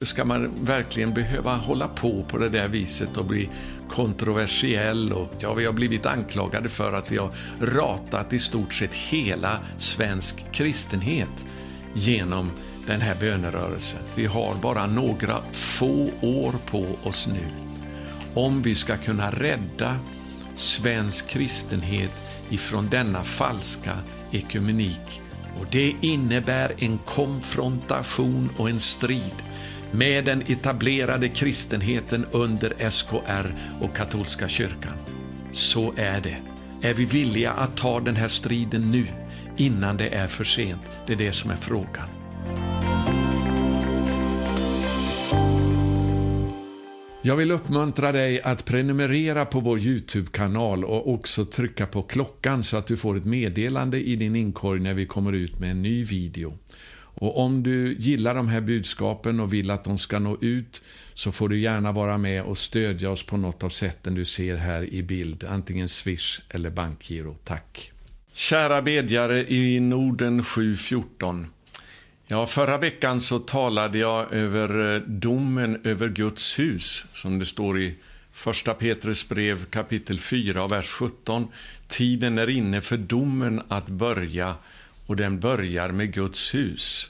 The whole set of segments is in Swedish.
Ska man verkligen behöva hålla på det där viset och bli kontroversiell? Och vi har blivit anklagade för att vi har ratat i stort sett hela svensk kristenhet genom den här bönerörelsen. Vi har bara några få år på oss nu. Om vi ska kunna rädda svensk kristenhet ifrån denna falska ekumenik. Och det innebär en konfrontation och en strid med den etablerade kristenheten under SKR och katolska kyrkan. Så är det. Är vi villiga att ta den här striden nu, innan det är för sent? Det är det som är frågan. Jag vill uppmuntra dig att prenumerera på vår YouTube-kanal och också trycka på klockan så att du får ett meddelande i din inkorg när vi kommer ut med en ny video. Och om du gillar de här budskapen och vill att de ska nå ut, så får du gärna vara med och stödja oss på något av sätten du ser här i bild, antingen Swish eller bankgiro. Tack. Kära bedjare i Norden 714. Ja, förra veckan så talade jag över domen över Guds hus, som det står i första Petrus brev kapitel 4 vers 17. Tiden är inne för domen att börja, och den börjar med Guds hus.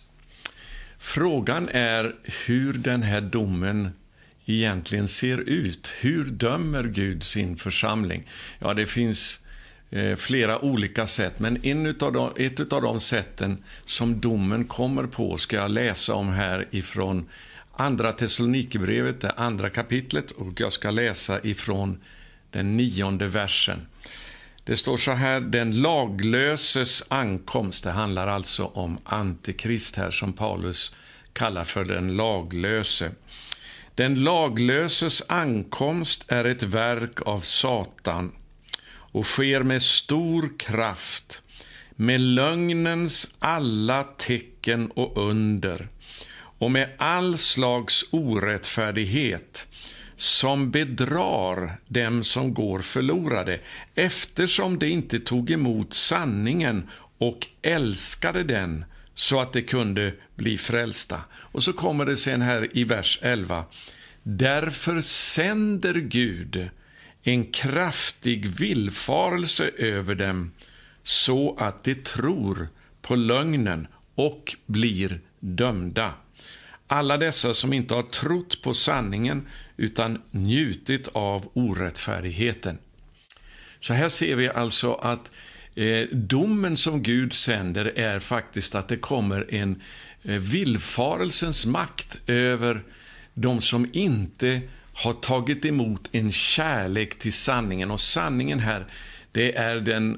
Frågan är hur den här domen egentligen ser ut. Hur dömer Gud sin församling? Ja, det finns flera olika sätt, men ett av de sätten som domen kommer på ska jag läsa om här ifrån andra Thessalonikerbrevet, det andra kapitlet, och jag ska läsa ifrån den 9:e versen. Det står så här: den laglöses ankomst. Det handlar alltså om antikrist här, som Paulus kallar för den laglöse. Den laglöses ankomst är ett verk av Satan och sker med stor kraft, med lögnens alla tecken och under, och med all slags orättfärdighet, som bedrar dem som går förlorade, eftersom de inte tog emot sanningen och älskade den så att de kunde bli frälsta. Och så kommer det sen här i vers 11. Därför sänder Gud en kraftig villfarelse över dem, så att de tror på lögnen och blir dömda. Alla dessa som inte har trott på sanningen utan njutit av orättfärdigheten. Så här ser vi alltså att domen som Gud sänder är faktiskt att det kommer en villfarelsens makt över de som inte har tagit emot en kärlek till sanningen. Och sanningen här, det är den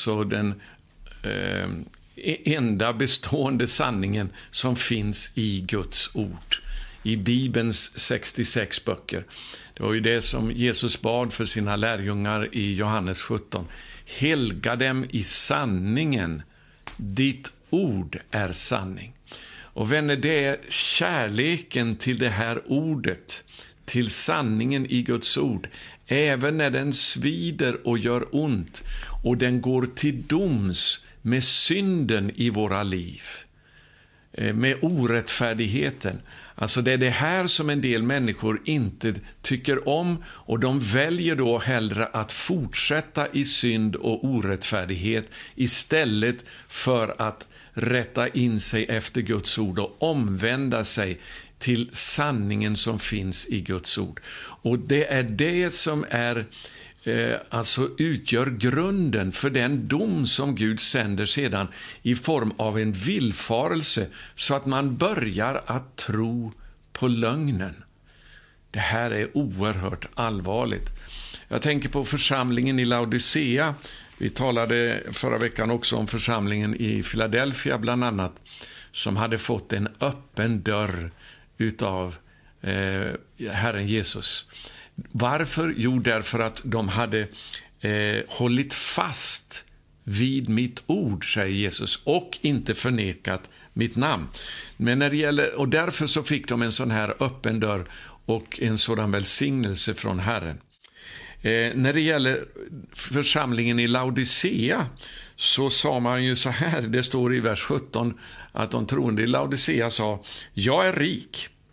enda bestående sanningen som finns i Guds ord, i Bibelns 66 böcker. Det var ju det som Jesus bad för sina lärjungar i Johannes 17. Helga dem i sanningen, ditt ord är sanning. Och vänner, det är kärleken till det här ordet, till sanningen i Guds ord, även när den svider och gör ont och den går till doms med synden i våra liv, med orättfärdigheten. Alltså det är det här som en del människor inte tycker om, och de väljer då hellre att fortsätta i synd och orättfärdighet istället för att rätta in sig efter Guds ord och omvända sig till sanningen som finns i Guds ord. Och det är det som är utgör grunden för den dom som Gud sänder sedan i form av en villfarelse, så att man börjar att tro på lögnen. Det här är oerhört allvarligt. Jag tänker på församlingen i Laodicea. Vi talade förra veckan också om församlingen i Philadelphia bland annat, som hade fått en öppen dörr utav Herren Jesus. Varför? Jo, därför att de hade hållit fast vid mitt ord, säger Jesus, och inte förnekat mitt namn. Men och därför så fick de en sån här öppen dörr och en sådan välsignelse från Herren. När det gäller församlingen i Laodicea så sa man ju så här, det står i vers 17, att de troende i Laodicea sa: jag är rik,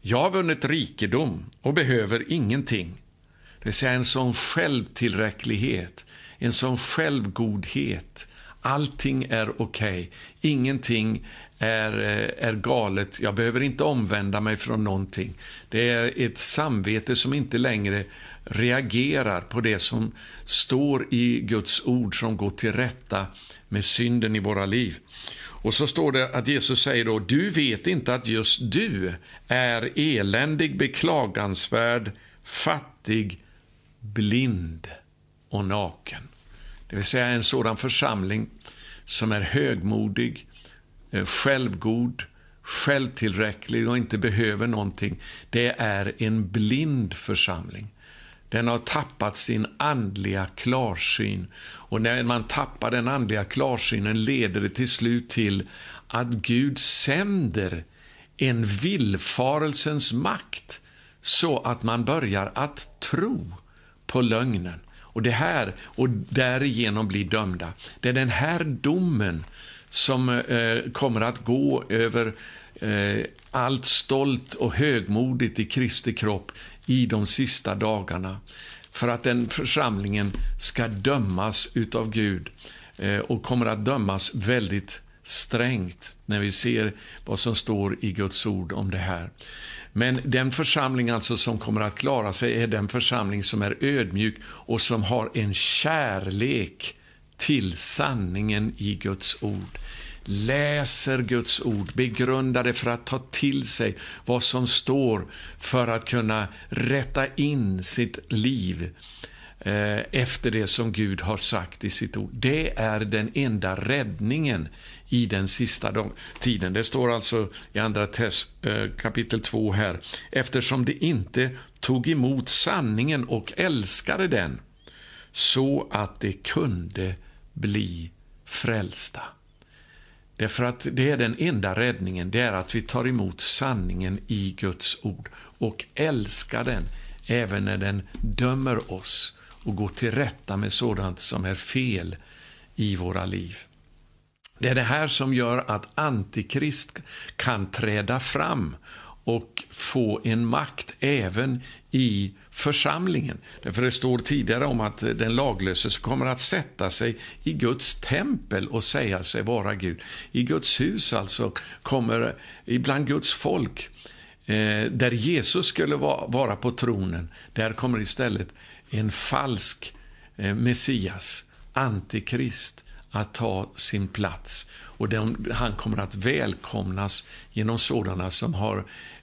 Jag har vunnit rikedom och behöver ingenting. Det vill säga en sån självtillräcklighet, en sån självgodhet. Allting är okej. Ingenting är galet. Jag behöver inte omvända mig från någonting. Det är ett samvete som inte längre reagerar på det som står i Guds ord, som går till rätta med synden i våra liv. Och så står det att Jesus säger då: du vet inte att just du är eländig, beklagansvärd, fattig, blind och naken. Det vill säga en sådan församling som är högmodig, självgod, självtillräcklig och inte behöver någonting. Det är en blind församling. Den har tappat sin andliga klarsyn. Och när man tappar den andliga klarsynen leder det till slut till att Gud sänder en villfarelsens makt så att man börjar att tro på lögnen. Och det här, och därigenom blir dömda. Det är den här domen som kommer att gå över allt stolt och högmodigt i Kristi kropp i de sista dagarna. För att den församlingen ska dömas utav Gud och kommer att dömas väldigt strängt när vi ser vad som står i Guds ord om det här. Men den församling alltså som kommer att klara sig är den församling som är ödmjuk och som har en kärlek till sanningen i Guds ord. Läser Guds ord, begrundar det för att ta till sig vad som står för att kunna rätta in sitt liv efter det som Gud har sagt i sitt ord. Det är den enda räddningen i den sista tiden. Det står alltså i andra kapitel 2 här. Eftersom det inte tog emot sanningen och älskade den så att det kunde bli frälsta. Därför att det är den enda räddningen, det är att vi tar emot sanningen i Guds ord och älskar den även när den dömer oss och går till rätta med sådant som är fel i våra liv. Det är det här som gör att antikrist kan träda fram och få en makt även i församlingen. Därför det står tidigare om att den laglöse kommer att sätta sig i Guds tempel och säga sig vara Gud. I Guds hus alltså kommer ibland Guds folk där Jesus skulle vara på tronen. Där kommer istället en falsk Messias, antikrist, att ta sin plats. Och han kommer att välkomnas genom sådana som har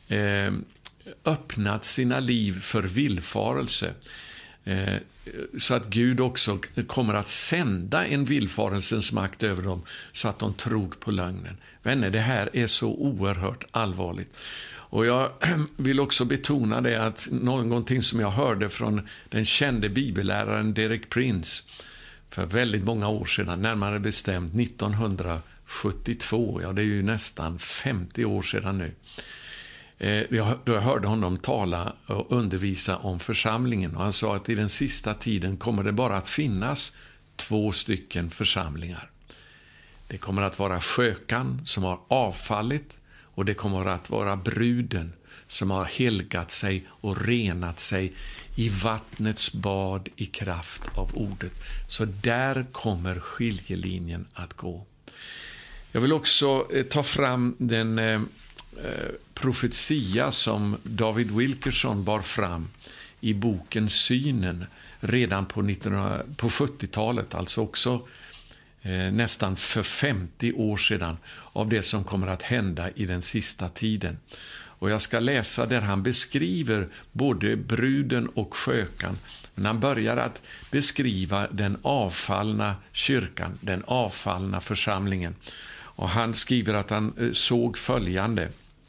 öppnat sina liv för villfarelse. Så att Gud också kommer att sända en villfarelsens makt över dem så att de tror på lögnen. Vänner, det här är så oerhört allvarligt. Och jag vill också betona det att någonting som jag hörde från den kände bibelläraren Derek Prince för väldigt många år sedan, närmare bestämt 1972, ja det är ju nästan 50 år sedan nu. Då jag hörde honom tala och undervisa om församlingen och han sa att i den sista tiden kommer det bara att finnas 2 stycken församlingar. Det kommer att vara skökan som har avfallit och det kommer att vara bruden som har helgat sig och renat sig i vattnets bad i kraft av ordet. Så där kommer skiljelinjen att gå. Jag vill också ta fram den profetia som David Wilkerson bar fram i boken Synen redan på 70-talet, alltså också nästan för 50 år sedan, av det som kommer att hända i den sista tiden. Och jag ska läsa där han beskriver både bruden och skökan. Men han börjar att beskriva den avfallna kyrkan, den avfallna församlingen. Och han skriver att han såg följande: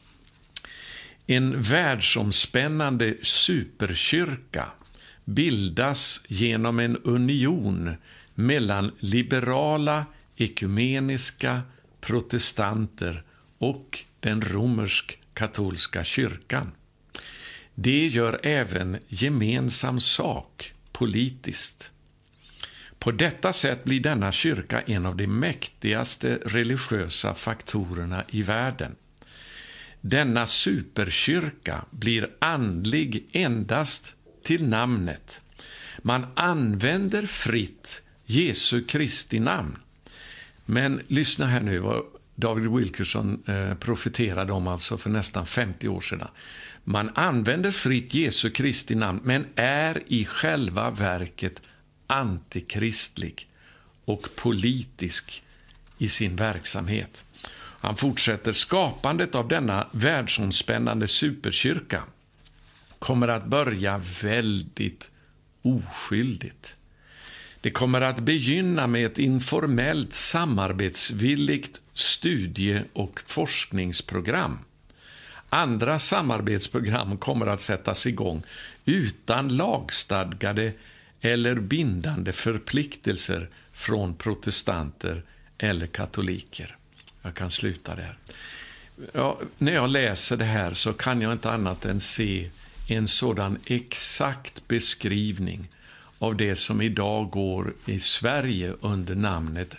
en världsomspännande superkyrka bildas genom en union mellan liberala, ekumeniska protestanter och den romersk-katolska kyrkan. Det gör även gemensam sak politiskt. På detta sätt blir denna kyrka en av de mäktigaste religiösa faktorerna i världen. Denna superkyrka blir andlig endast till namnet. Man använder fritt Jesu Kristi namn. Men lyssna här nu vad David Wilkerson profeterade om alltså för nästan 50 år sedan. Man använder fritt Jesu Kristi namn men är i själva verket antikristlig och politisk i sin verksamhet. Han fortsätter: skapandet av denna världsomspännande superkyrka kommer att börja väldigt oskyldigt. Det kommer att begynna med ett informellt samarbetsvilligt studie- och forskningsprogram. Andra samarbetsprogram kommer att sättas igång utan lagstadgade eller bindande förpliktelser från protestanter eller katoliker. Jag kan sluta där. Ja, när jag läser det här så kan jag inte annat än se en sådan exakt beskrivning av det som idag går i Sverige under namnet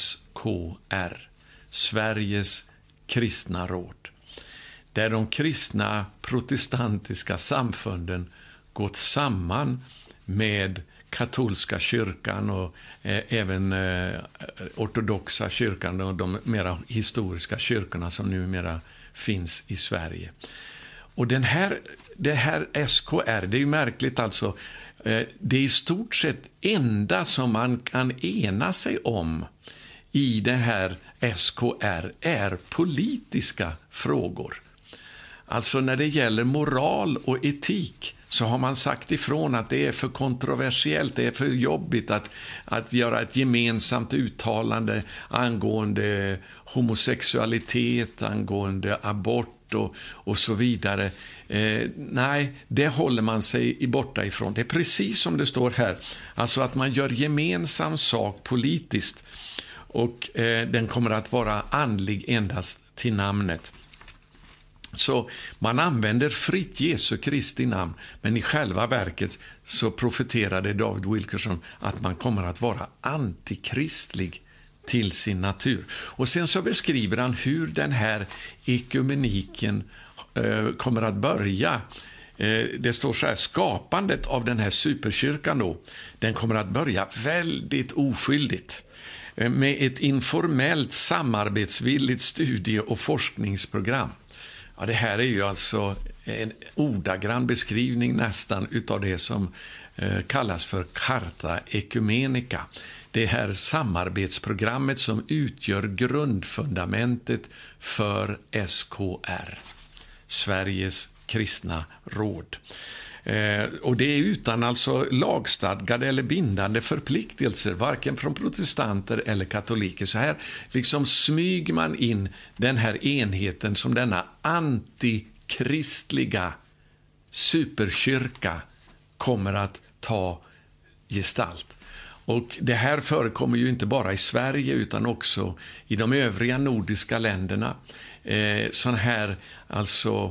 SKR, Sveriges kristna råd, där de kristna protestantiska samfunden gått samman med katolska kyrkan och även ortodoxa kyrkan och de mera historiska kyrkorna som numera finns i Sverige. Och det här SKR, det är ju märkligt alltså, det är i stort sett enda som man kan ena sig om i det här SKR är politiska frågor. Alltså när det gäller moral och etik så har man sagt ifrån att det är för kontroversiellt, det är för jobbigt att göra ett gemensamt uttalande angående homosexualitet, angående abort och så vidare. Nej, det håller man sig borta ifrån. Det är precis som det står här. Alltså att man gör gemensam sak politiskt och den kommer att vara andlig endast till namnet. Så man använder fritt Jesu Kristi namn, men i själva verket så profeterade David Wilkerson att man kommer att vara antikristlig till sin natur. Och sen så beskriver han hur den här ekumeniken kommer att börja. Det står så här: skapandet av den här superkyrkan då, den kommer att börja väldigt oskyldigt med ett informellt samarbetsvilligt studie- och forskningsprogram. Ja, det här är ju alltså en ordagrann beskrivning nästan utav det som kallas för Carta Ecumenica. Det här samarbetsprogrammet som utgör grundfundamentet för SKR, Sveriges kristna råd. Och det är utan alltså lagstadgade eller bindande förpliktelser, varken från protestanter eller katoliker. Så här liksom smyger man in den här enheten som denna antikristliga superkyrka kommer att ta gestalt. Och det här förekommer ju inte bara i Sverige utan också i de övriga nordiska länderna. Sån här alltså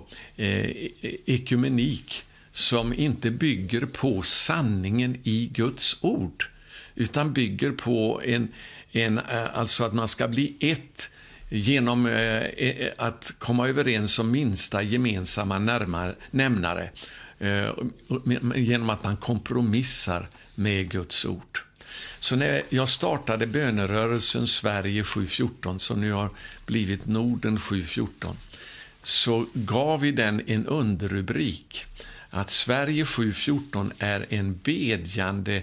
ekumenik som inte bygger på sanningen i Guds ord utan bygger på alltså att man ska bli ett genom att komma överens om minsta gemensamma nämnare genom att man kompromissar med Guds ord. Så när jag startade bönerörelsen Sverige 714, som nu har blivit Norden 714, så gav vi den en underrubrik att Sverige 714 är en bedjande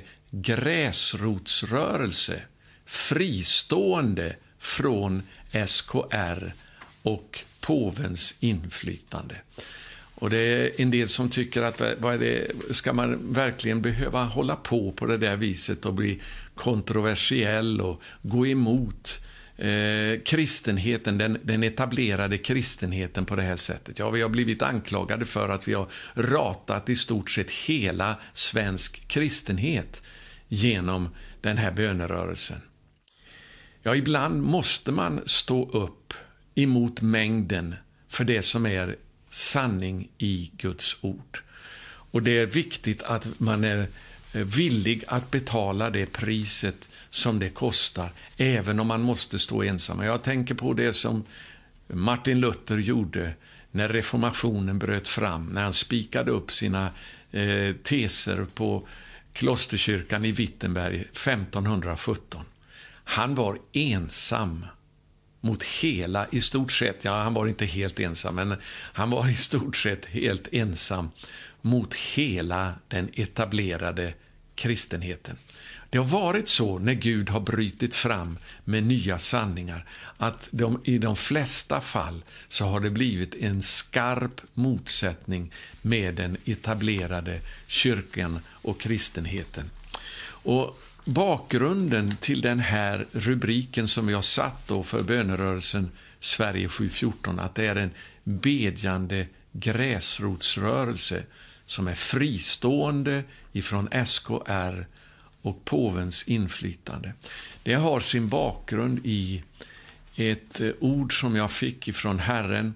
gräsrotsrörelse fristående från SKR och påvens inflytande. Och det är en del som tycker att ska man verkligen behöva hålla på det där viset och bli kontroversiell och gå emot kristenheten, den etablerade kristenheten på det här sättet. Ja, vi har blivit anklagade för att vi har ratat i stort sett hela svensk kristenhet genom den här bönerörelsen. Ja, ibland måste man stå upp emot mängden för det som är sanning i Guds ord. Och det är viktigt att man är villig att betala det priset som det kostar, även om man måste stå ensam. Jag tänker på det som Martin Luther gjorde när reformationen bröt fram, när han spikade upp sina teser på klosterkyrkan i Wittenberg 1517. Han var ensam mot hela, i stort sett, ja, han var inte helt ensam, men han var i stort sett helt ensam mot hela den etablerade kristenheten. Det har varit så när Gud har brytit fram med nya sanningar att i de flesta fall så har det blivit en skarp motsättning med den etablerade kyrkan och kristenheten. Och bakgrunden till den här rubriken som jag satt då för bönerörelsen Sverige 714, att det är en bedjande gräsrotsrörelse som är fristående ifrån SKR och påvens inflytande. Det har sin bakgrund i ett ord som jag fick ifrån Herren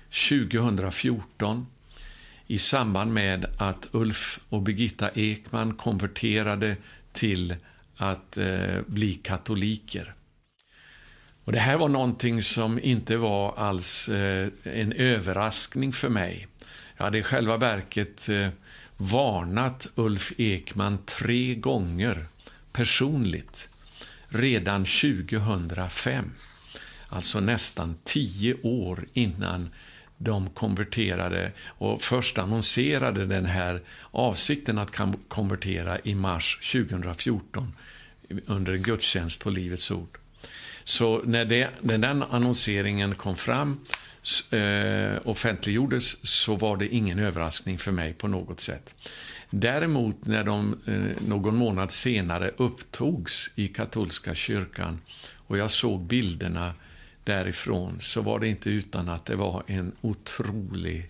2014 i samband med att Ulf och Birgitta Ekman konverterade till att bli katoliker. Och det här var någonting som inte var alls en överraskning för mig. Jag hade i själva verket varnat Ulf Ekman 3 gånger personligt redan 2005. Alltså nästan 10 år innan de konverterade och först annonserade den här avsikten att konvertera i mars 2014 under en gudstjänst på Livets ord. Så när den annonseringen kom fram, offentliggjordes, så var det ingen överraskning för mig på något sätt. Däremot när de någon månad senare upptogs i katolska kyrkan och jag såg bilderna därifrån, så var det inte utan att det var en otrolig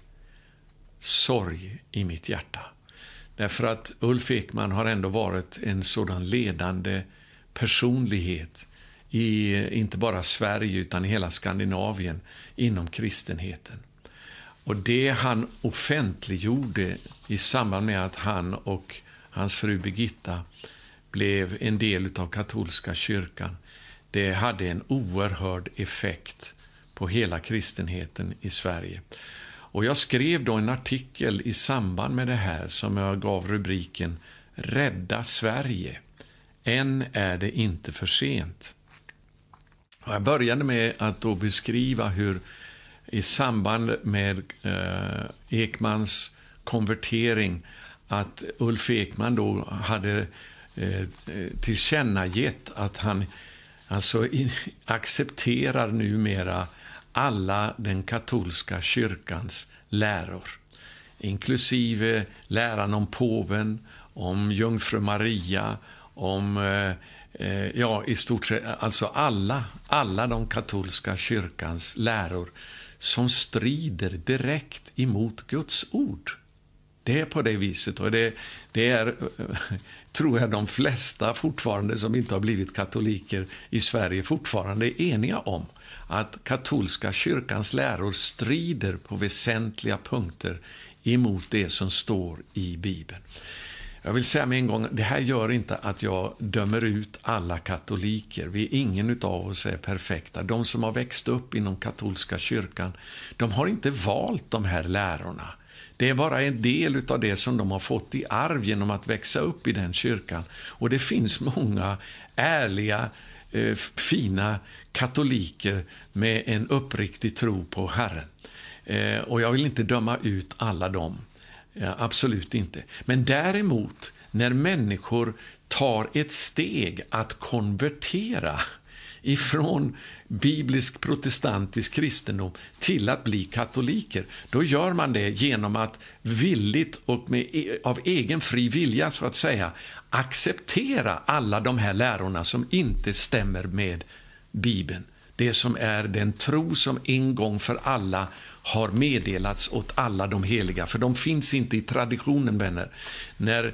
sorg i mitt hjärta. Därför att Ulf Ekman har ändå varit en sådan ledande personlighet i inte bara Sverige utan i hela Skandinavien inom kristenheten. Och det han offentliggjorde i samband med att han och hans fru Birgitta blev en del av katolska kyrkan, det hade en oerhörd effekt på hela kristenheten i Sverige. Och jag skrev då en artikel i samband med det här som jag gav rubriken Rädda Sverige. Än är det inte för sent. Och jag började med att då beskriva hur i samband med Ekmans konvertering att Ulf Ekman då hade tillkännagett att han alltså accepterar numera alla den katolska kyrkans läror, inklusive läran om påven, om jungfru Maria, om i stort sett alltså alla de katolska kyrkans läror som strider direkt emot Guds ord. Det är på det viset, och det är, tror jag, de flesta fortfarande som inte har blivit katoliker i Sverige fortfarande är eniga om att katolska kyrkans läror strider på väsentliga punkter emot det som står i Bibeln. Jag vill säga med en gång, det här gör inte att jag dömer ut alla katoliker. Ingen utav oss är perfekta. De som har växt upp inom katolska kyrkan, de har inte valt de här lärorna. Det är bara en del av det som de har fått i arv genom att växa upp i den kyrkan. Och det finns många ärliga, fina katoliker med en uppriktig tro på Herren. Och jag vill inte döma ut alla dem. Ja, absolut inte. Men däremot, när människor tar ett steg att konvertera ifrån biblisk protestantisk kristendom till att bli katoliker, då gör man det genom att villigt och av egen fri vilja så att säga acceptera alla de här lärorna som inte stämmer med Bibeln. Det som är den tro som en gång för alla har meddelats åt alla de heliga. För de finns inte i traditionen, vänner. När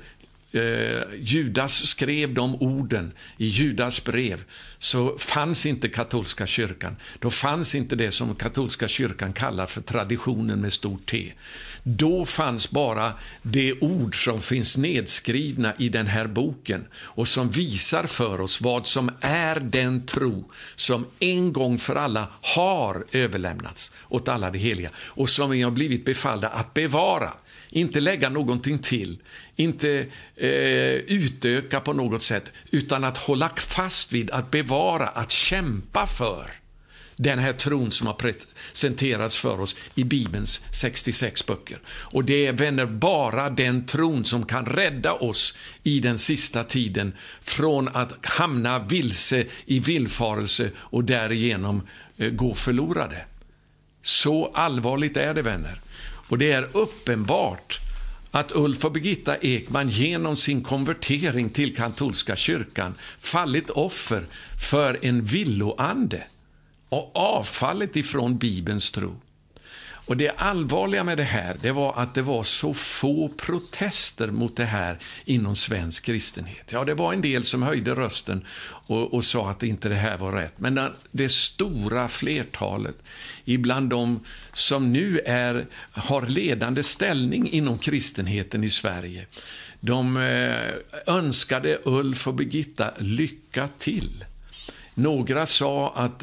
Judas skrev de orden i Judas brev, så fanns inte katolska kyrkan. Då fanns inte det som katolska kyrkan kallar för traditionen med stort T. Då fanns bara det ord som finns nedskrivna i den här boken och som visar för oss vad som är den tro som en gång för alla har överlämnats åt alla de heliga och som vi har blivit befallda att bevara. Inte lägga någonting till, inte utöka på något sätt, utan att hålla fast vid, att bevara, att kämpa för den här tron som har presenterats för oss i Bibelns 66 böcker. Och det är, vänner, bara den tron som kan rädda oss i den sista tiden från att hamna vilse i villfarelse och därigenom gå förlorade. Så allvarligt är det, vänner. Och det är uppenbart att Ulf och Birgitta Ekman genom sin konvertering till katolska kyrkan fallit offer för en villoande och avfallit ifrån Bibelns tro. Och det allvarliga med det här, det var att det var så få protester mot det här inom svensk kristenhet. Ja, det var en del som höjde rösten och sa att inte det här var rätt. Men det stora flertalet, ibland de som nu har ledande ställning inom kristenheten i Sverige, de önskade Ulf och Birgitta lycka till. Några sa att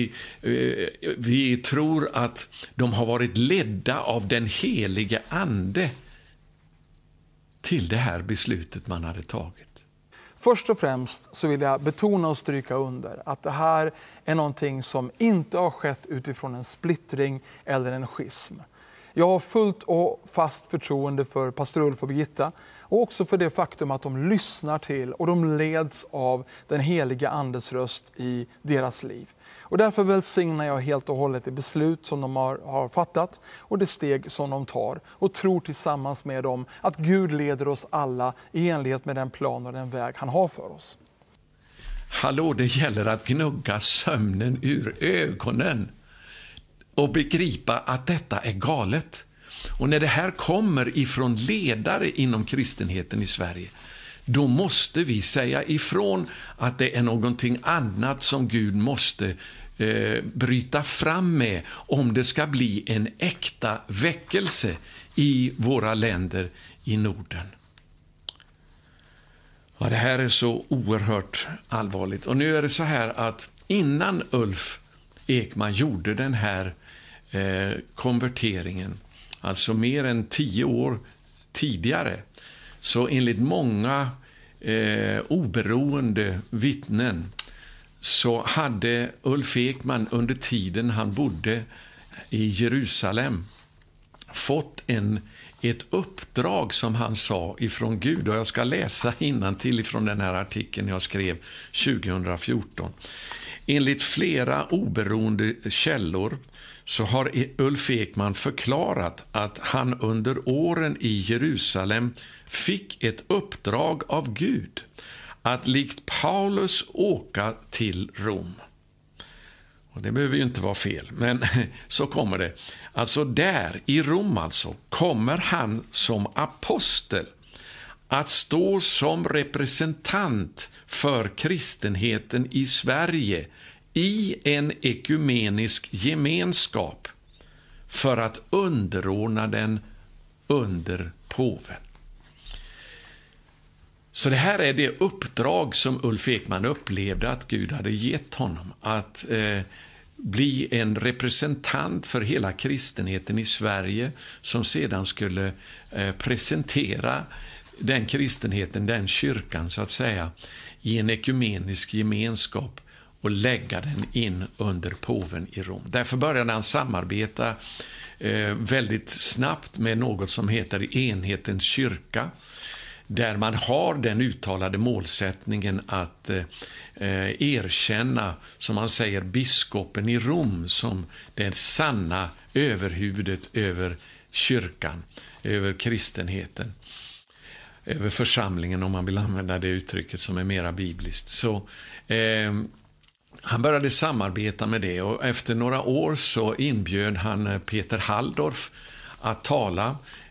vi tror att de har varit ledda av den helige ande till det här beslutet man hade tagit. Först och främst så vill jag betona och stryka under att det här är någonting som inte har skett utifrån en splittring eller en schism. Jag har fullt och fast förtroende för pastor Ulf och Birgitta och också för det faktum att de lyssnar till och de leds av den heliga andes röst i deras liv. Och därför välsignar jag helt och hållet det beslut som de har fattat och det steg som de tar och tror tillsammans med dem att Gud leder oss alla i enlighet med den plan och den väg han har för oss. Hallå, det gäller att gnugga sömnen ur ögonen och begripa att detta är galet. Och när det här kommer ifrån ledare inom kristenheten i Sverige, då måste vi säga ifrån att det är någonting annat som Gud måste bryta fram med om det ska bli en äkta väckelse i våra länder i Norden. Ja, det här är så oerhört allvarligt. Och nu är det så här att innan Ulf Ekman gjorde den här konverteringen, alltså mer än 10 år tidigare, så enligt många oberoende vittnen så hade Ulf Ekman under tiden han bodde i Jerusalem fått ett uppdrag som han sa ifrån Gud. Och jag ska läsa innantill ifrån den här artikeln jag skrev 2014. Enligt flera oberoende källor så har Ulf Ekman förklarat att han under åren i Jerusalem fick ett uppdrag av Gud att likt Paulus åka till Rom. Och det behöver ju inte vara fel, men så kommer det. Alltså där i Rom kommer han som apostel att stå som representant för kristenheten i Sverige i en ekumenisk gemenskap för att underordna den under påven. Så det här är det uppdrag som Ulf Ekman upplevde att Gud hade gett honom, att bli en representant för hela kristenheten i Sverige som sedan skulle presentera den kristenheten, den kyrkan så att säga, i en ekumenisk gemenskap och lägga den in under påven i Rom. Därför började han samarbeta väldigt snabbt med något som heter Enhetens kyrka, där man har den uttalade målsättningen att erkänna, som man säger, biskopen i Rom som det sanna överhuvudet över kyrkan, över kristenheten, över församlingen, om man vill använda det uttrycket som är mera bibliskt. Så han började samarbeta med det, och efter några år så inbjöd han Peter Halldorf att tala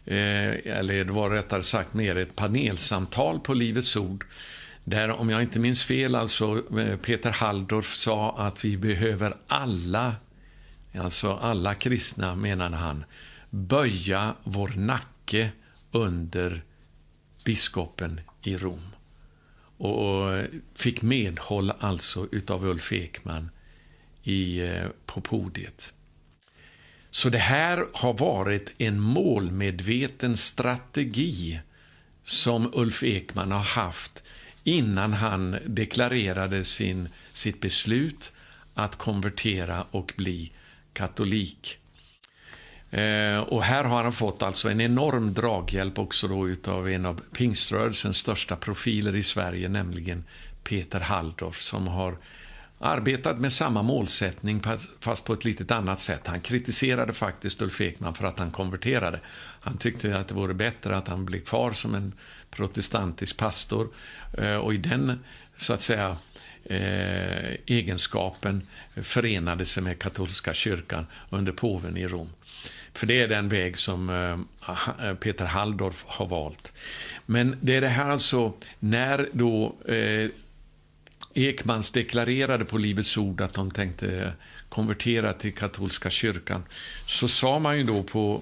eller det var rättare sagt mer ett panelsamtal på Livets ord, där, om jag inte minns fel, alltså Peter Halldorf sa att vi behöver alla kristna, menade han, böja vår nacke under biskopen i Rom. Och fick medhåll alltså utav Ulf Ekman på podiet. Så det här har varit en målmedveten strategi som Ulf Ekman har haft innan han deklarerade sitt beslut att konvertera och bli katolik. Och här har han fått alltså en enorm draghjälp också då utav en av pingströrelsens största profiler i Sverige, nämligen Peter Halldorf, som har arbetat med samma målsättning fast på ett litet annat sätt. Han kritiserade faktiskt Ulf Ekman för att han konverterade. Han tyckte att det vore bättre att han blev kvar som en protestantisk pastor, och i den, så att säga, egenskapen förenade sig med katolska kyrkan under påven i Rom. För det är den väg som Peter Halldorf har valt. Men det är det här alltså, när då Ekmans deklarerade på Livets ord att de tänkte konvertera till katolska kyrkan, så sa man ju då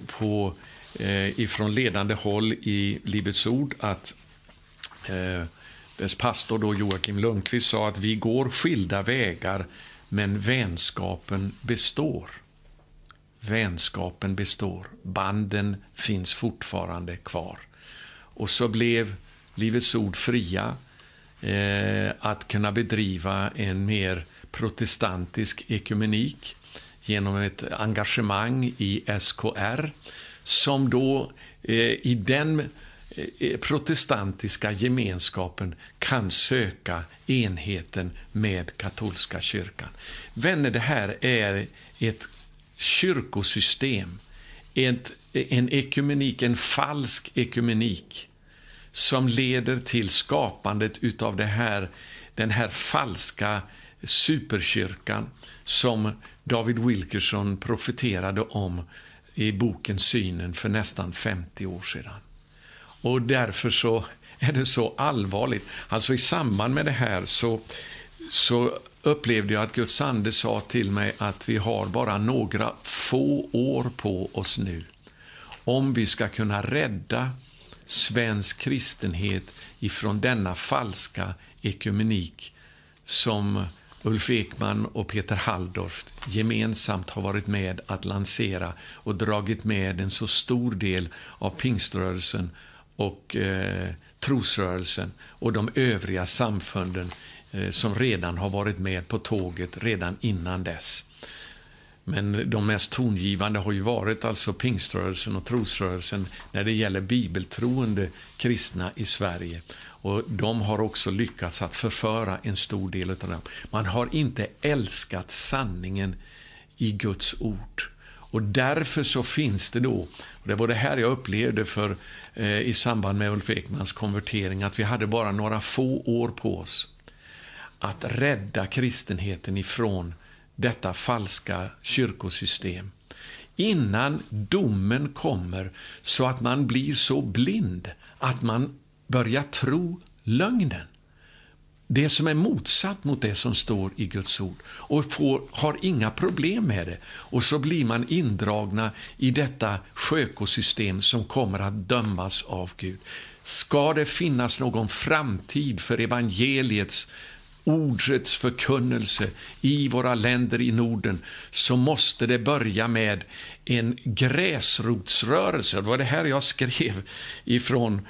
ifrån ledande håll i Livets ord att dess pastor då Joakim Lundqvist sa att vi går skilda vägar, men vänskapen består. Vänskapen består. Banden finns fortfarande kvar. Och så blev Livets ord fria att kunna bedriva en mer protestantisk ekumenik genom ett engagemang i SKR, som då i den protestantiska gemenskapen kan söka enheten med katolska kyrkan. Vänner, det här är ett kyrkosystem, en ekumenik, en falsk ekumenik, som leder till skapandet utav den här falska superkyrkan som David Wilkerson profeterade om i boken Synen för nästan 50 år sedan. Och därför så är det så allvarligt. Alltså i samband med det här så upplevde jag att Guds ande sa till mig att vi har bara några få år på oss nu om vi ska kunna rädda svensk kristenhet ifrån denna falska ekumenik som Ulf Ekman och Peter Halldorf gemensamt har varit med att lansera och dragit med en så stor del av pingströrelsen och trosrörelsen och de övriga samfunden som redan har varit med på tåget redan innan dess. Men de mest tongivande har ju varit alltså pingströrelsen och trosrörelsen när det gäller bibeltroende kristna i Sverige. Och de har också lyckats att förföra en stor del av dem. Man har inte älskat sanningen i Guds ord. Och därför så finns det då, och det var det här jag upplevde i samband med Ulf Ekmans konvertering, att vi hade bara några få år på oss att rädda kristenheten ifrån detta falska kyrkosystem, innan domen kommer så att man blir så blind att man börjar tro lögnen. Det som är motsatt mot det som står i Guds ord, och har inga problem med det. Och så blir man indragna i detta sjökosystem som kommer att dömas av Gud. Ska det finnas någon framtid för evangeliets ordets förkunnelse i våra länder i Norden, så måste det börja med en gräsrotsrörelse. Det var det här jag skrev ifrån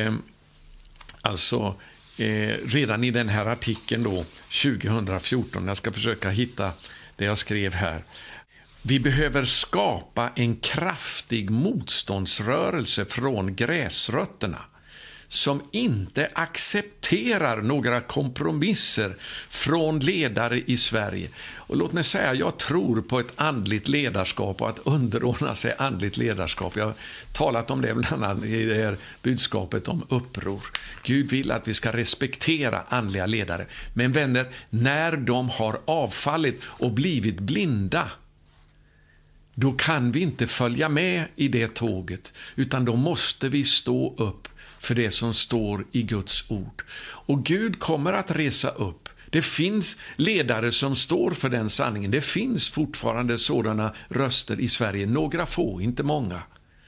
redan i den här artikeln då 2014. Jag ska försöka hitta det jag skrev här. Vi behöver skapa en kraftig motståndsrörelse från gräsrötterna som inte accepterar några kompromisser från ledare i Sverige. Och låt mig säga, jag tror på ett andligt ledarskap och att underordna sig andligt ledarskap. Jag har talat om det bland annat i det här budskapet om uppror. Gud vill att vi ska respektera andliga ledare. Men vänner, när de har avfallit och blivit blinda, då kan vi inte följa med i det tåget, utan då måste vi stå upp för det som står i Guds ord. Och Gud kommer att resa upp. Det finns ledare som står för den sanningen. Det finns fortfarande sådana röster i Sverige. Några få, inte många.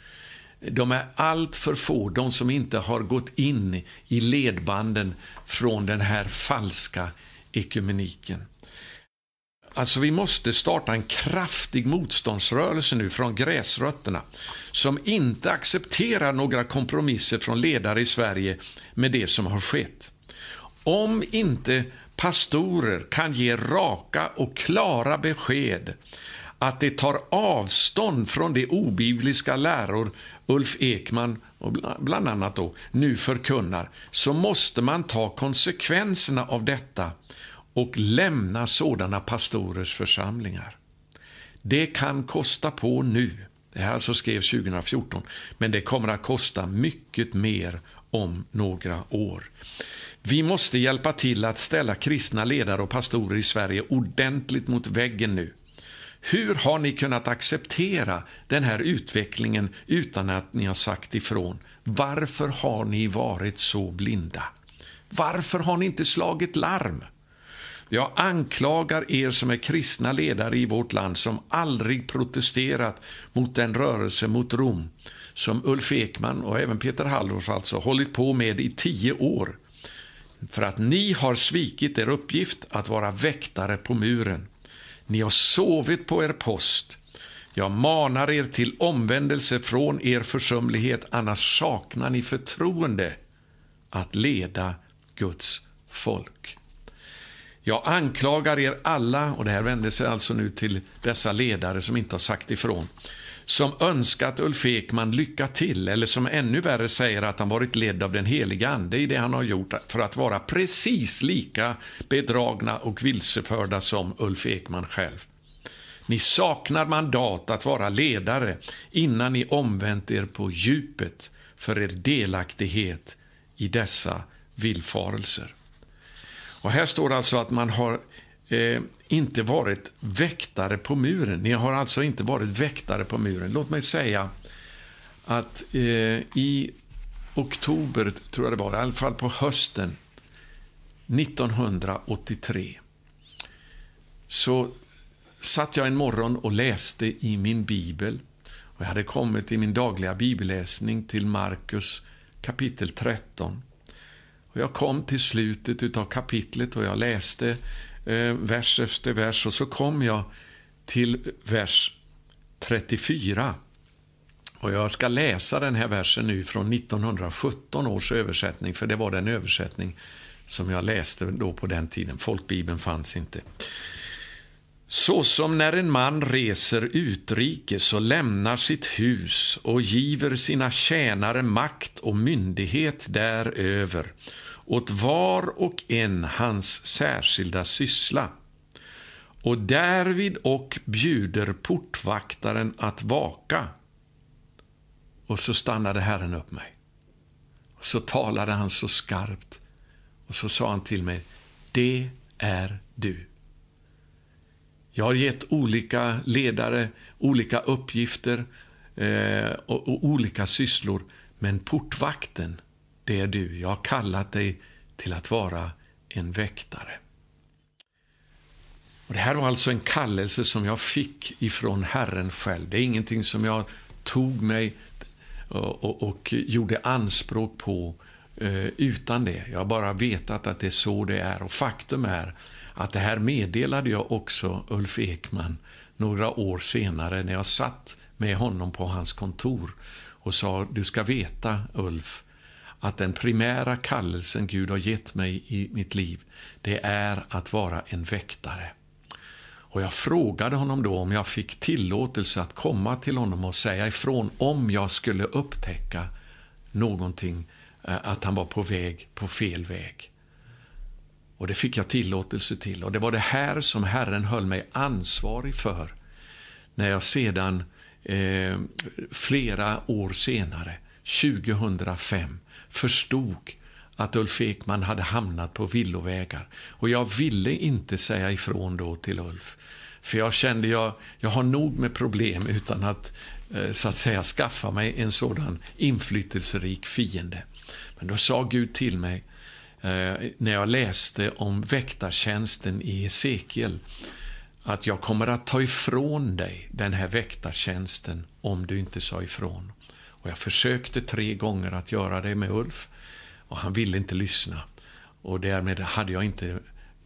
De är allt för få, de som inte har gått in i ledbanden från den här falska ekumeniken. Alltså vi måste starta en kraftig motståndsrörelse nu från gräsrötterna som inte accepterar några kompromisser från ledare i Sverige med det som har skett. Om inte pastorer kan ge raka och klara besked att det tar avstånd från de obibliska läror Ulf Ekman och bland annat då nu förkunnar, så måste man ta konsekvenserna av detta och lämna sådana pastorers församlingar. Det kan kosta på nu. Det här alltså skrevs 2014, men det kommer att kosta mycket mer om några år. Vi måste hjälpa till att ställa kristna ledare och pastorer i Sverige ordentligt mot väggen nu. Hur har ni kunnat acceptera den här utvecklingen utan att ni har sagt ifrån? Varför har ni varit så blinda? Varför har ni inte slagit larm? Jag anklagar er som är kristna ledare i vårt land som aldrig protesterat mot den rörelse mot Rom som Ulf Ekman och även Peter Halldorf alltså hållit på med i 10 år. För att ni har svikit er uppgift att vara väktare på muren. Ni har sovit på er post. Jag manar er till omvändelse från er försumlighet, annars saknar ni förtroende att leda Guds folk. Jag anklagar er alla, och det här vänder sig alltså nu till dessa ledare som inte har sagt ifrån, som önskat Ulf Ekman lycka till, eller som ännu värre säger att han varit ledd av den heliga ande i det han har gjort för att vara precis lika bedragna och vilseförda som Ulf Ekman själv. Ni saknar mandat att vara ledare innan ni omvänt er på djupet för er delaktighet i dessa villfarelser. Och här står alltså att man har inte varit väktare på muren. Ni har alltså inte varit väktare på muren. Låt mig säga att i oktober, tror jag det var, i alla fall på hösten 1983, så satt jag en morgon och läste i min bibel. Och jag hade kommit i min dagliga bibelläsning till Markus kapitel 13. Och jag kom till slutet av kapitlet och jag läste vers efter vers, och så kom jag till vers 34. Och jag ska läsa den här versen nu från 1917 års översättning, för det var den översättning som jag läste då på den tiden. Folkbibeln fanns inte. Så som när en man reser utrikes och lämnar sitt hus och giver sina tjänare makt och myndighet däröver, åt var och en hans särskilda syssla, och därvid och bjuder portvaktaren att vaka. Och så stannade Herren upp mig. Och så talade han så skarpt. Och så sa han till mig: det är du. Jag har gett olika ledare olika uppgifter och olika sysslor, men portvakten, det är du. Jag har kallat dig till att vara en väktare. Och det här var alltså en kallelse som jag fick ifrån Herren själv. Det är ingenting som jag tog mig och gjorde anspråk på utan det. Jag har bara vetat att det är så det är. Och faktum är att det här meddelade jag också Ulf Ekman några år senare när jag satt med honom på hans kontor och sa: du ska veta, Ulf, att den primära kallelsen Gud har gett mig i mitt liv, det är att vara en väktare. Och jag frågade honom då om jag fick tillåtelse att komma till honom och säga ifrån om jag skulle upptäcka någonting, att han var på väg på fel väg. Och det fick jag tillåtelse till. Och det var det här som Herren höll mig ansvarig för när jag sedan flera år senare, 2005, förstod att Ulf Ekman hade hamnat på villovägar. Och jag ville inte säga ifrån då till Ulf. För jag kände jag har nog med problem utan att så att säga skaffa mig en sådan inflytelserik fiende. Men då sa Gud till mig när jag läste om väktartjänsten i Hesekiel att jag kommer att ta ifrån dig den här väktartjänsten om du inte sa ifrån. Och jag försökte 3 gånger att göra det med Ulf och han ville inte lyssna. Och därmed hade jag inte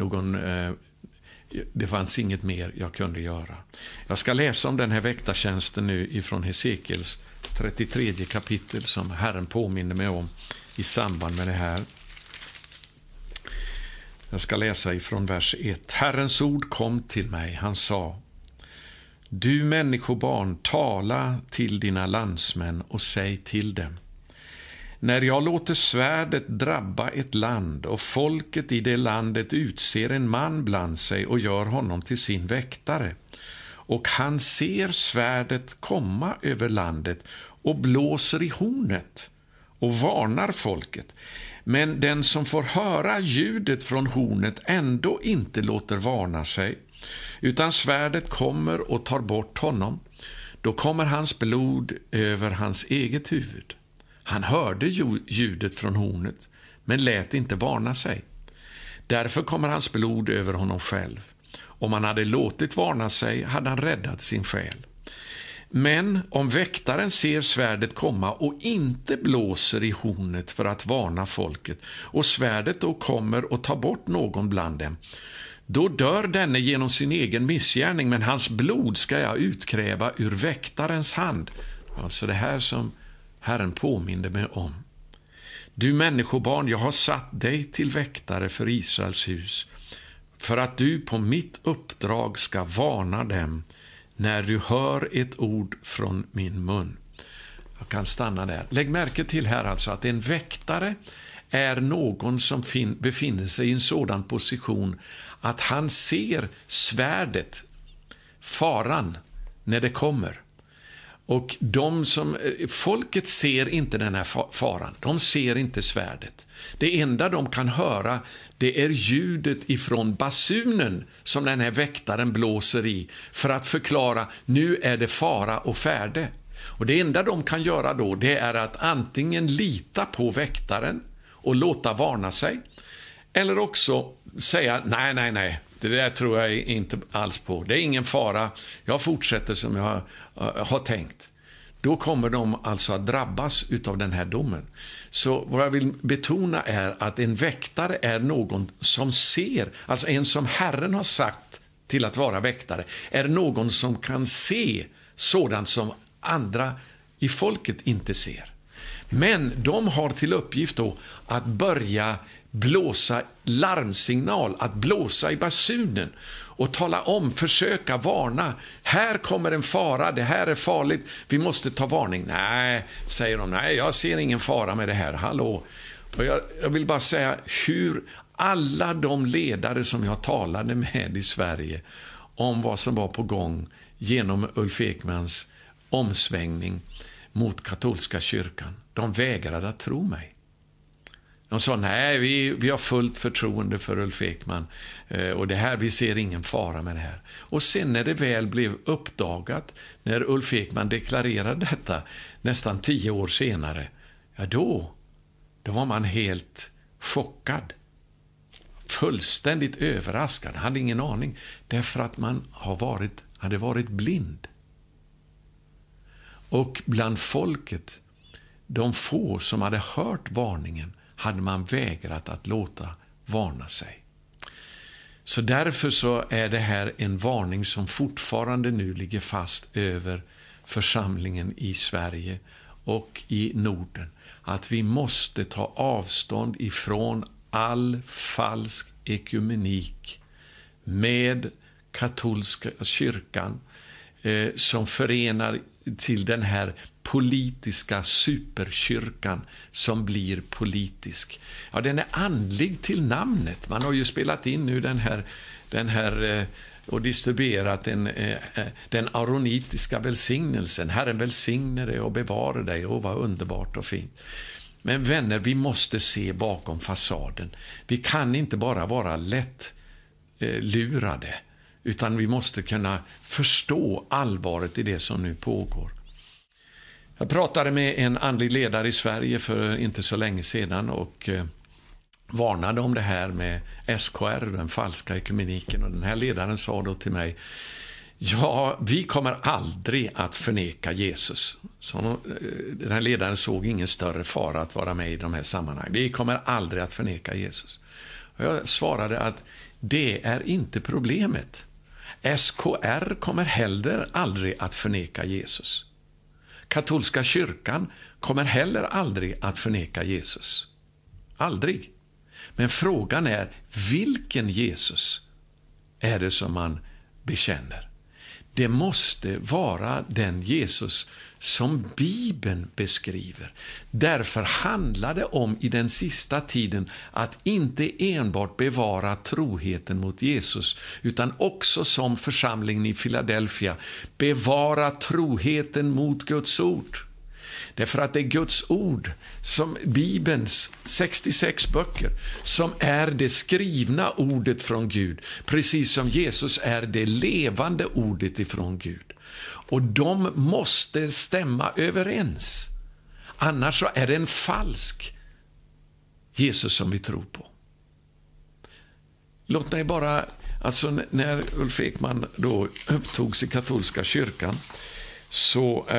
det fanns inget mer jag kunde göra. Jag ska läsa om den här väktartjänsten nu ifrån Hesekiels 33 kapitel som Herren påminner mig om i samband med det här. Jag ska läsa ifrån vers 1. Herrens ord kom till mig. Han sa: Du människobarn, tala till dina landsmän och säg till dem: När jag låter svärdet drabba ett land och folket i det landet utser en man bland sig och gör honom till sin väktare, och han ser svärdet komma över landet och blåser i hornet och varnar folket, men den som får höra ljudet från hornet ändå inte låter varna sig, utan svärdet kommer och tar bort honom, då kommer hans blod över hans eget huvud. Han hörde ljudet från hornet, men lät inte varna sig. Därför kommer hans blod över honom själv. Om han hade låtit varna sig hade han räddat sin själ. Men om väktaren ser svärdet komma och inte blåser i hornet för att varna folket, och svärdet då kommer och tar bort någon bland dem, då dör denne genom sin egen missgärning, men hans blod ska jag utkräva ur väktarens hand. Alltså det här som Herren påminner mig om. Du människobarn, jag har satt dig till väktare för Israels hus, för att du på mitt uppdrag ska varna dem när du hör ett ord från min mun. Jag kan stanna där. Lägg märke till här alltså att en väktare är någon som befinner sig i en sådan position att han ser svärdet, faran, när det kommer. Och folket ser inte den här faran. De ser inte svärdet. Det enda de kan höra, det är ljudet ifrån basunen som den här väktaren blåser i för att förklara: nu är det fara och färde. Och det enda de kan göra då, det är att antingen lita på väktaren och låta varna sig, eller också säga nej, det där tror jag inte alls på. Det är ingen fara, jag fortsätter som jag har tänkt. Då kommer de alltså att drabbas utav den här domen. Så vad jag vill betona är att en väktare är någon som ser, alltså en som Herren har sagt till att vara väktare, är någon som kan se sådant som andra i folket inte ser. Men de har till uppgift då att börja blåsa larmsignal, att blåsa i basunen och tala om, försöka varna. Här kommer en fara, det här är farligt, vi måste ta varning. Nej, säger de, nej, jag ser ingen fara med det här, hallå. Och jag vill bara säga hur alla de ledare som jag talade med i Sverige om vad som var på gång genom Ulf Ekmans omsvängning mot katolska kyrkan, de vägrade att tro mig. De sa, nej, vi har fullt förtroende för Ulf Ekman och det här, vi ser ingen fara med det här. Och sen när det väl blev uppdagat, när Ulf Ekman deklarerade detta nästan 10 år senare, ja då var man helt chockad. Fullständigt överraskad, hade ingen aning, därför att man hade varit blind. Och bland folket, de få som hade hört varningen, hade man vägrat att låta varna sig. Så därför så är det här en varning som fortfarande nu ligger fast över församlingen i Sverige och i Norden. Att vi måste ta avstånd ifrån all falsk ekumenik med katolska kyrkan som förenar till den här politiska superkyrkan som blir politisk. Ja, den är andlig till namnet. Man har ju spelat in nu den här och distribuerat den aronitiska välsignelsen. Herren välsigne dig och bevara dig, och vad underbart och fint. Men vänner, vi måste se bakom fasaden. Vi kan inte bara vara lätt lurade, utan vi måste kunna förstå allvaret i det som nu pågår. Jag pratade med en andlig ledare i Sverige för inte så länge sedan och varnade om det här med SKR, den falska ekumeniken. Och den här ledaren sa då till mig: ja, vi kommer aldrig att förneka Jesus. Så den här ledaren såg ingen större fara att vara med i de här sammanhangen. Vi kommer aldrig att förneka Jesus. Och jag svarade att det är inte problemet. SKR kommer heller aldrig att förneka Jesus. Katolska kyrkan kommer heller aldrig att förneka Jesus. Aldrig. Men frågan är, vilken Jesus är det som man bekänner? Det måste vara den Jesus som Bibeln beskriver. Därför handlar det om i den sista tiden att inte enbart bevara troheten mot Jesus, utan också som församlingen i Philadelphia bevara troheten mot Guds ord. Därför att det är Guds ord, som Bibelns 66 böcker, som är det skrivna ordet från Gud. Precis som Jesus är det levande ordet ifrån Gud. Och de måste stämma överens. Annars så är det en falsk Jesus som vi tror på. Låt mig bara, alltså när Ulf Ekman då upptogs i katolska kyrkan, så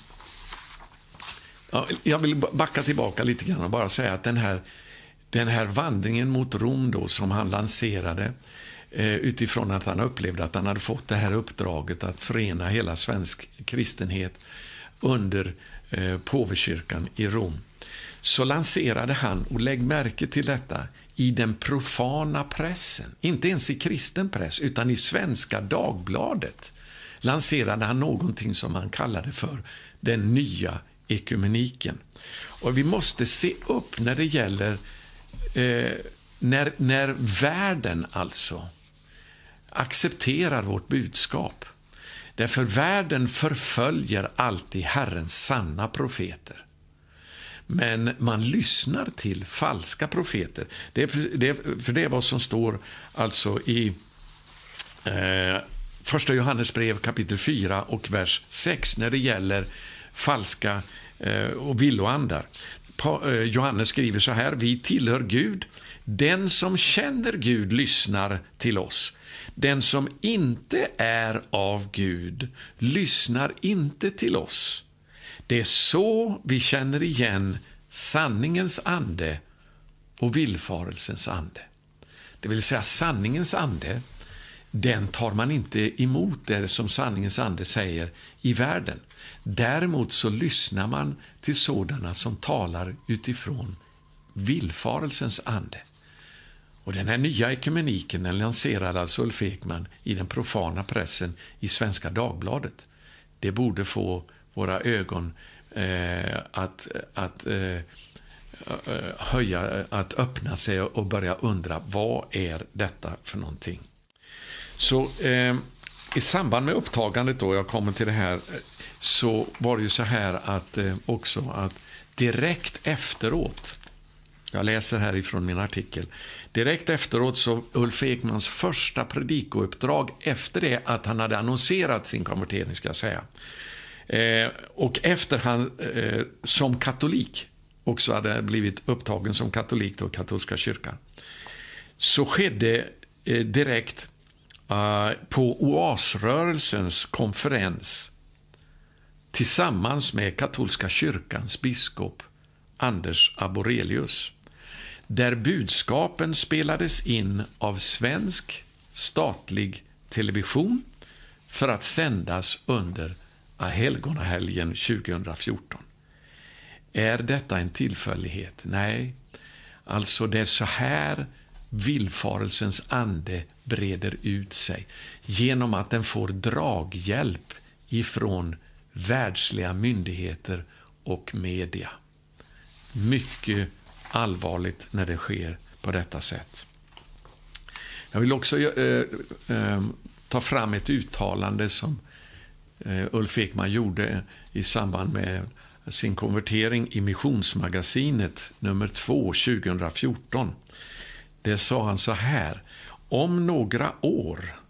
jag vill backa tillbaka lite grann och bara säga att den här vandringen mot Rom då, som han lanserade utifrån att han upplevde att han hade fått det här uppdraget att förena hela svensk kristenhet under påvekyrkan i Rom, så lanserade han, och lägg märke till detta, i den profana pressen, inte ens i kristen press utan i Svenska Dagbladet, lanserade han någonting som han kallade för den nya ekumeniken. Och vi måste se upp när det gäller när världen alltså accepterar vårt budskap. Därför världen förföljer alltid Herrens sanna profeter. Men man lyssnar till falska profeter. För det är vad som står alltså i första Johannes brev kapitel 4 och vers 6 när det gäller falska och villoandar. Johannes skriver så här: vi tillhör Gud. Den som känner Gud lyssnar till oss. Den som inte är av Gud lyssnar inte till oss. Det är så vi känner igen sanningens ande och villfarelsens ande. Det vill säga, sanningens ande, den tar man inte emot det som sanningens ande säger i världen. Däremot så lyssnar man till sådana som talar utifrån villfarelsens ande. Och den här nya ekumeniken, den lanserade alltså Ulf Ekman i den profana pressen i Svenska Dagbladet. Det borde få våra ögon att öppna sig och börja undra, vad är detta för någonting? Så i samband med upptagandet då, jag kommer till det här, så var det ju så här att också att direkt efteråt, jag läser här ifrån min artikel, direkt efteråt så Ulf Ekmans första predikouppdrag efter det att han hade annonserat sin konvertering, ska jag säga, och efter han som katolik också hade blivit upptagen som katolik då, katolska kyrkan, så skedde direkt på Oasrörelsens konferens tillsammans med katolska kyrkans biskop Anders Arborelius, där budskapen spelades in av svensk statlig television för att sändas under helgonahelgen 2014. Är detta en tillfällighet? Nej. Alltså det är så här villfarelsens ande breder ut sig, genom att den får draghjälp ifrån världsliga myndigheter och media. Mycket allvarligt när det sker på detta sätt. Jag vill också ta fram ett uttalande som Ulf Ekman gjorde i samband med sin konvertering i Missionsmagasinet nummer 2 2014. Det sa han så här: om några år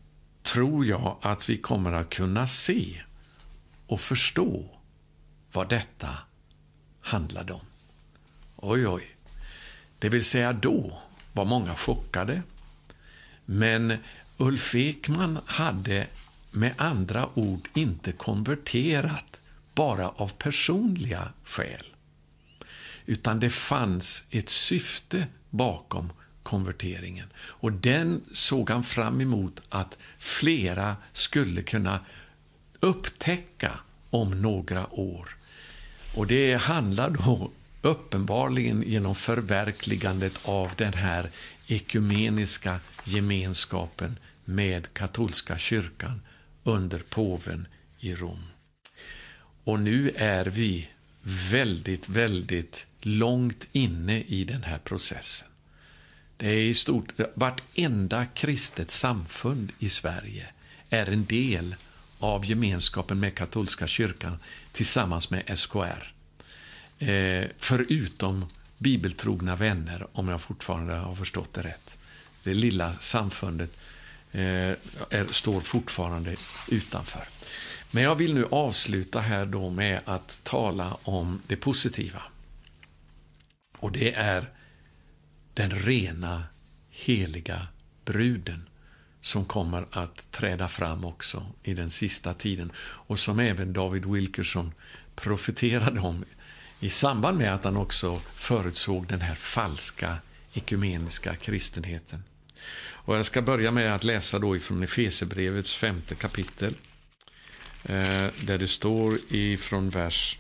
tror jag att vi kommer att kunna se och förstå vad detta handlade om. Oj, oj. Det vill säga då var många chockade. Men Ulf Ekman hade med andra ord inte konverterat bara av personliga skäl. Utan det fanns ett syfte bakom konverteringen. Och den såg han fram emot att flera skulle kunna upptäcka om några år. Och det handlar då uppenbarligen genom förverkligandet av den här ekumeniska gemenskapen med katolska kyrkan under påven i Rom. Och nu är vi väldigt, väldigt långt inne i den här processen. Det är i stort, vartenda kristet samfund i Sverige är en del av gemenskapen med katolska kyrkan tillsammans med SKR. Förutom bibeltrogna vänner, om jag fortfarande har förstått det rätt. Det lilla samfundet står fortfarande utanför. Men jag vill nu avsluta här då med att tala om det positiva. Och det är den rena, heliga bruden som kommer att träda fram också i den sista tiden. Och som även David Wilkerson profeterade om i samband med att han också förutsåg den här falska ekumeniska kristenheten. Och jag ska börja med att läsa då ifrån Efeserbrevets 5:e kapitel. Där det står ifrån vers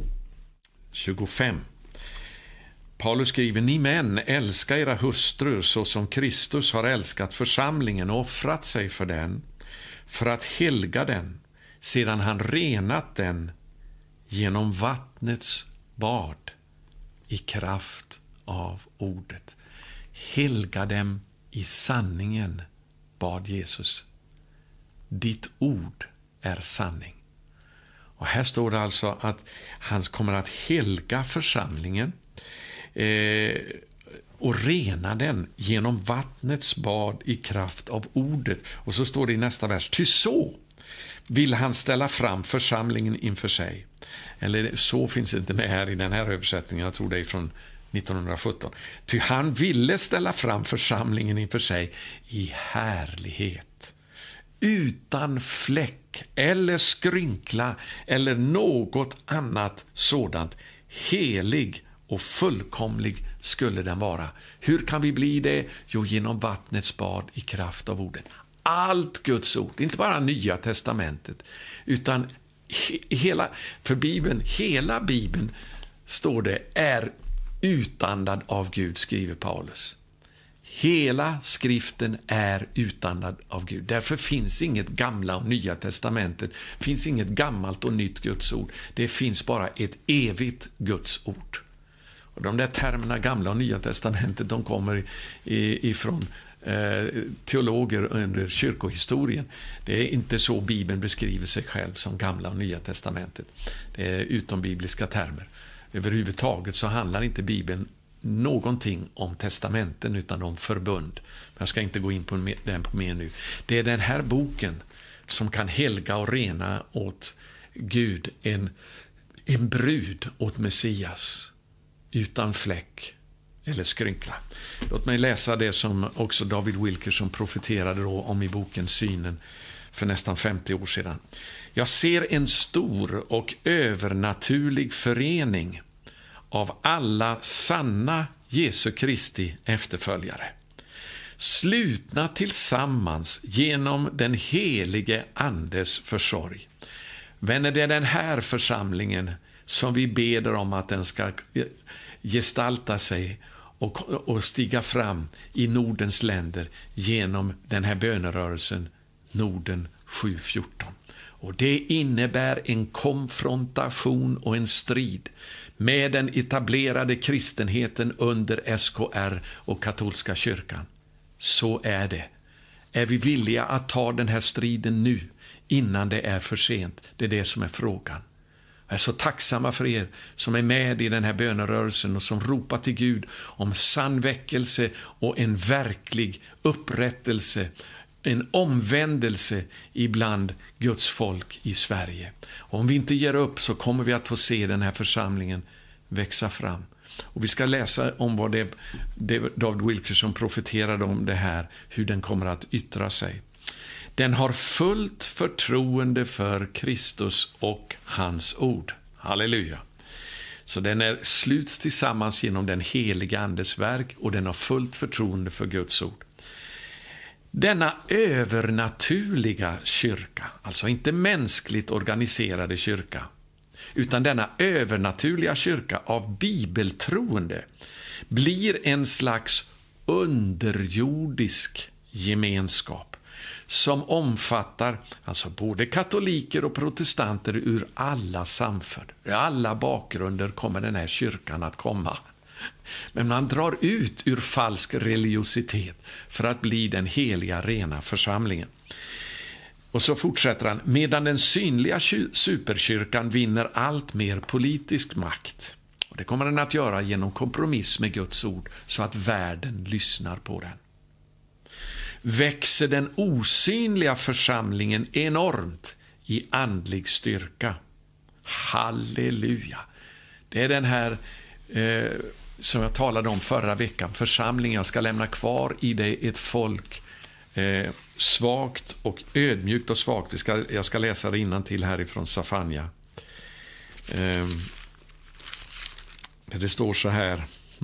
25. Paulus skriver: Ni män, älska era hustrur så som Kristus har älskat församlingen och offrat sig för den, för att helga den, sedan han renat den genom vattnets bad i kraft av ordet. Helga dem i sanningen, bad Jesus. Ditt ord är sanning. Och här står det alltså att han kommer att helga församlingen och rena den genom vattnets bad i kraft av ordet. Och så står det i nästa vers: ty så vill han ställa fram församlingen inför sig. Eller så finns det inte med här i den här översättningen, jag tror det är från 1917. Ty han ville ställa fram församlingen inför sig i härlighet, utan fläck eller skrynkla eller något annat sådant. Helig och fullkomlig skulle den vara. Hur kan vi bli det? Jo, genom vattnets bad i kraft av ordet. Allt Guds ord, inte bara Nya testamentet, utan hela Bibeln står det är utandad av Gud, skriver Paulus. Hela skriften är utandad av Gud. Därför finns inget gamla och nya testamentet. Finns inget gammalt och nytt Guds ord. Det finns bara ett evigt Guds ord. Och de där termerna, gamla och nya testamentet, de kommer ifrån teologer under kyrkohistorien. Det är inte så Bibeln beskriver sig själv som gamla och nya testamentet. Det är utombibliska termer. Överhuvudtaget så handlar inte Bibeln någonting om testamenten utan om förbund. Men jag ska inte gå in på den mer nu. Det är den här boken som kan helga och rena åt Gud en brud åt Messias utan fläck eller skrynkla. Låt mig läsa det som också David Wilkerson profeterade då om i boken Synen för nästan 50 år sedan. Jag ser en stor och övernaturlig förening av alla sanna Jesu Kristi efterföljare, slutna tillsammans genom den helige Andes försorg. Vänner, det är den här församlingen som vi beder om att den ska gestalta sig och stiga fram i Nordens länder genom den här bönerörelsen Norden 7.14. Och det innebär en konfrontation och en strid med den etablerade kristenheten under SKR och katolska kyrkan. Så är det. Är vi villiga att ta den här striden nu innan det är för sent? Det är det som är frågan. Jag är så tacksamma för er som är med i den här bönerörelsen och som ropar till Gud om sann väckelse och en verklig upprättelse en omvändelse ibland Guds folk i Sverige. Och om vi inte ger upp så kommer vi att få se den här församlingen växa fram. Och vi ska läsa om vad David Wilkerson profeterade om det här, hur den kommer att yttra sig. Den har fullt förtroende för Kristus och hans ord. Halleluja. Så den sluts tillsammans genom den heliga andes verk och den har fullt förtroende för Guds ord. Denna övernaturliga kyrka, alltså inte mänskligt organiserade kyrka, utan denna övernaturliga kyrka av bibeltroende blir en slags underjordisk gemenskap som omfattar alltså både katoliker och protestanter ur alla samfund. Ur alla bakgrunder kommer den här kyrkan att komma. Men man drar ut ur falsk religiositet för att bli den heliga, rena församlingen. Och så fortsätter han, medan den synliga superkyrkan vinner allt mer politisk makt. Och det kommer den att göra genom kompromiss med Guds ord så att världen lyssnar på den. Växer den osynliga församlingen enormt i andlig styrka. Halleluja! Det är den här som jag talade om förra veckan. Församlingen, jag ska lämna kvar i dig ett folk svagt och ödmjukt och svagt. Jag ska läsa det innantill härifrån Safanja. Det står så här.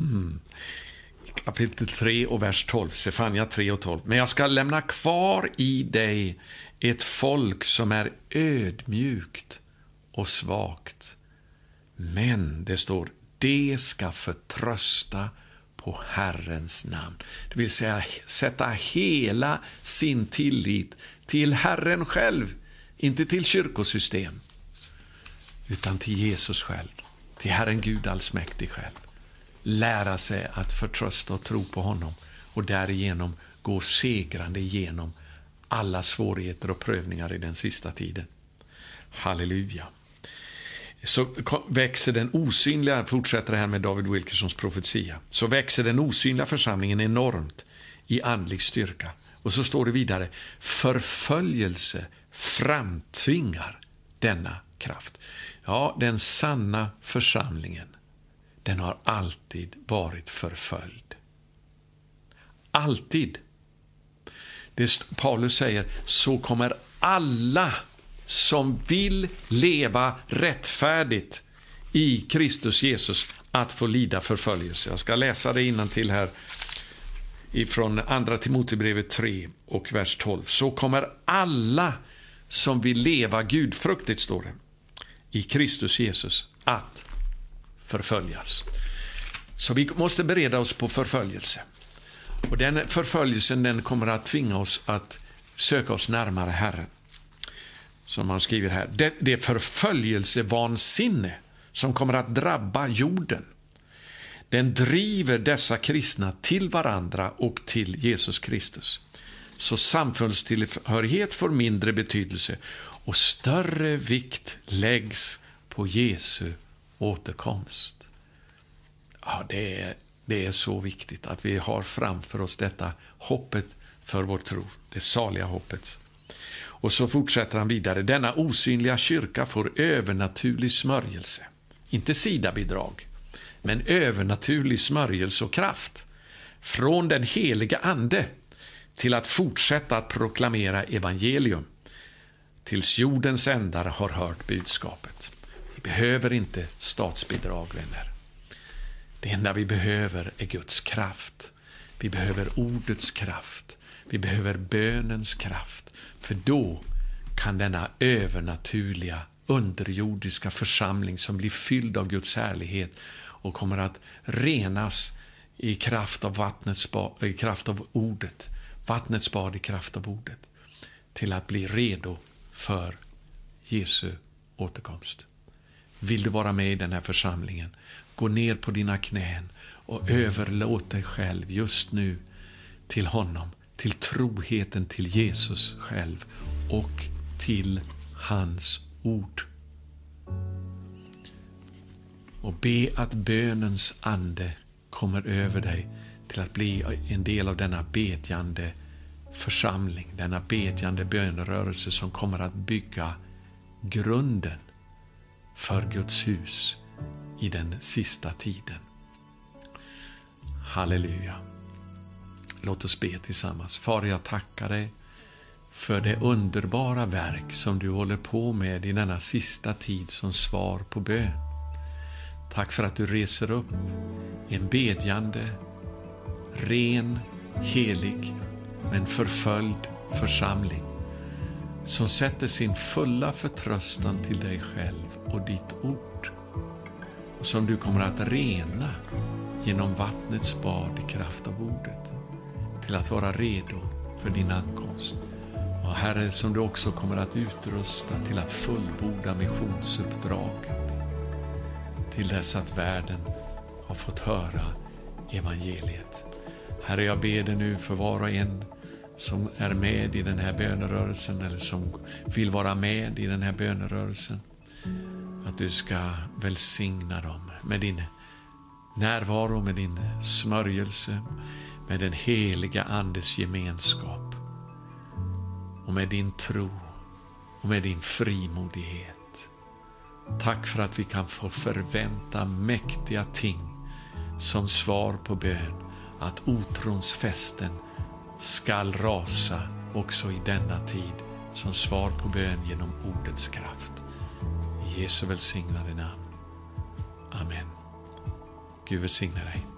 Kapitel 3 och vers 12. Sefania 3 och 12. Men jag ska lämna kvar i dig ett folk som är ödmjukt och svagt. Men det står, det ska förtrösta på Herrens namn. Det vill säga sätta hela sin tillit till Herren själv. Inte till kyrkosystem. Utan till Jesus själv. Till Herren Gud allsmäktig själv. Lära sig att förtrösta och tro på honom. Och därigenom gå segrande igenom alla svårigheter och prövningar i den sista tiden. Halleluja. Så växer den osynliga, fortsätter det här med David Wilkersons profetia, så växer den osynliga församlingen enormt i andlig styrka. Och så står det vidare, förföljelse framtvingar denna kraft. Ja, den sanna församlingen, den har alltid varit förföljd. Alltid. Paulus säger, så kommer alla som vill leva rättfärdigt i Kristus Jesus att få lida förföljelse. Jag ska läsa det innantill här ifrån andra Timoteusbrevet 3 och vers 12. Så kommer alla som vill leva gudfruktigt, står det, i Kristus Jesus att förföljas. Så vi måste bereda oss på förföljelse. Och den förföljelsen, den kommer att tvinga oss att söka oss närmare Herren. Som man skriver här, det är förföljelsevansinne som kommer att drabba jorden. Den driver dessa kristna till varandra och till Jesus Kristus. Så samfundstillhörighet får mindre betydelse och större vikt läggs på Jesu återkomst. Ja, det är så viktigt att vi har framför oss detta hoppet för vår tro, det saliga hoppet. Och så fortsätter han vidare. Denna osynliga kyrka får övernaturlig smörjelse. Inte sidabidrag, men övernaturlig smörjelse och kraft. Från den heliga ande till att fortsätta att proklamera evangelium. Tills jordens ändar har hört budskapet. Vi behöver inte statsbidrag, vänner. Det enda vi behöver är Guds kraft. Vi behöver ordets kraft. Vi behöver bönens kraft. För då kan denna övernaturliga, underjordiska församling som blir fylld av Guds härlighet och kommer att renas i kraft av vattnets bad, i kraft av ordet, vattnets bad i kraft av ordet, till att bli redo för Jesu återkomst. Vill du vara med i den här församlingen? Gå ner på dina knän och överlåt dig själv just nu till honom, till troheten till Jesus själv och till hans ord. Och be att bönens ande kommer över dig till att bli en del av denna bedjande församling, denna bedjande bönerörelse som kommer att bygga grunden för Guds hus i den sista tiden. Halleluja. Låt oss be tillsammans. Far, jag tackar dig för det underbara verk som du håller på med i denna sista tid som svar på bön. Tack för att du reser upp en bedjande, ren, helig men förföljd församling som sätter sin fulla förtröstan till dig själv och ditt ord, och som du kommer att rena genom vattnets bad i kraft av ordet till att vara redo för din ankomst. Och Herre, som du också kommer att utrusta till att fullborda missionsuppdraget till dess att världen har fått höra evangeliet. Herre, jag ber dig nu för var och en som är med i den här bönerörelsen eller som vill vara med i den här bönerörelsen, att du ska välsigna dem med din närvaro, med din smörjelse, med den heliga andes gemenskap och med din tro och med din frimodighet. Tack för att vi kan få förvänta mäktiga ting som svar på bön, att otrons fästen skall rasa också i denna tid som svar på bön genom ordets kraft. I Jesu välsignade namn. Amen. Gud välsigne dig.